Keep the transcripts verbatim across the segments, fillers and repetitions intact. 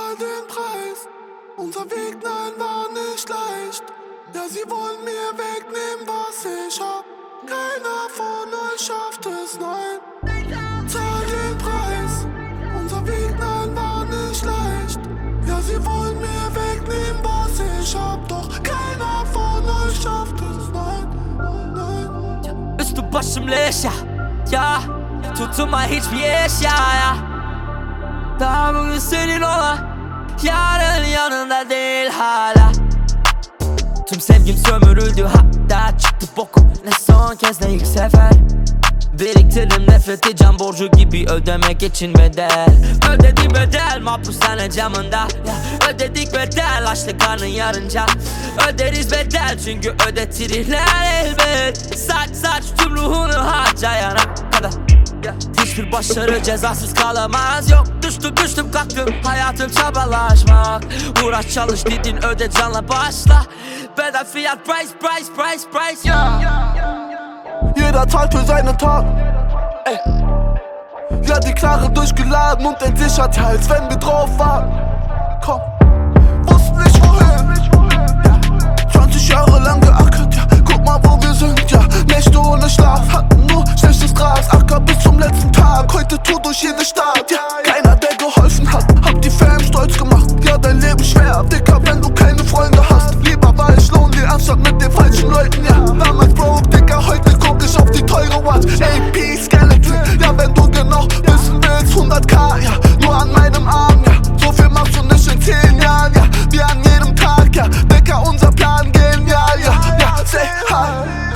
Zahl den Preis. Unser Weg, nein, war nicht leicht. Ja, sie wollen mir wegnehmen, was ich hab. Keiner von euch schafft es, nein. Zahl den Preis. Unser Weg, nein, war nicht leicht. Ja, sie wollen mir wegnehmen, was ich hab. Doch keiner von euch schafft es, nein, nein. Bist du başımleş ya, ya tutuma hiçbir eş ya, ya. Daha bugün senin olan, yarın yanında değil hala. Tüm sevgim sömürüldü, hatta çıktı boku. Ne son kez ne ilk sefer. Biriktirdim nefreti, can borcu gibi ödemek için bedel. Ödedim bedel mahpushane camında, ya. Ödedik bedel açlık karnın yarınca. Öderiz bedel çünkü ödetirler elbet. Saç saç tüm ruhunu harcayana kadar. Hiçbir başarı cezasız kalamaz. Yok düştüm düştüm kalktım, hayatım çabalaşmak. Uğraş çalış dedin, öde canla başla. Bedel fiyat price price price price, yeah. Jeder Tag für seinen Tag. Ey. Ja, die Knarre durchgeladen und entsichert, als wenn wir drauf waren. Komm, wussten nicht wohin. Ja. zwanzig Jahre lang geackert, ja. Guck mal, wo wir sind, ja. Nächte ohne Schlaf, hatten nur schlechtes Gras. Acker bis zum letzten Tag, heute Tour durch jede Stadt, ja. Keiner, der geholfen hat, hab die Fam stolz gemacht. Ja, dein Leben schwer, Dicker, wenn du keine Freunde hast. Lieber war ich lonely, anstatt mit den falschen Leuten, ja. Damals broke, Dicker, heute guck ich auf die teure Watch. A P Skeleton, ja, wenn du genau wissen willst, hundert K, ja. Nur an meinem Arm, ja. So viel machst du nicht in zehn Jahren, ja. Wie an jedem Tag, ja. Dicker, unser Plan genial, ja. Ja, say hi.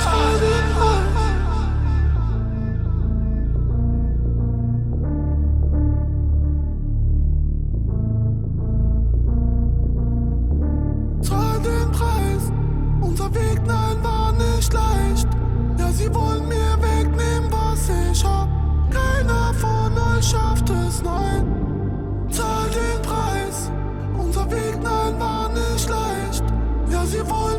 Zahl den Preis. Unser Weg, nein, war nicht leicht. Ja, sie wollen mir wegnehmen, was ich hab. Keiner von euch schafft es, nein. Zahl den Preis. Unser Weg, nein, war nicht leicht. Ja, sie wollen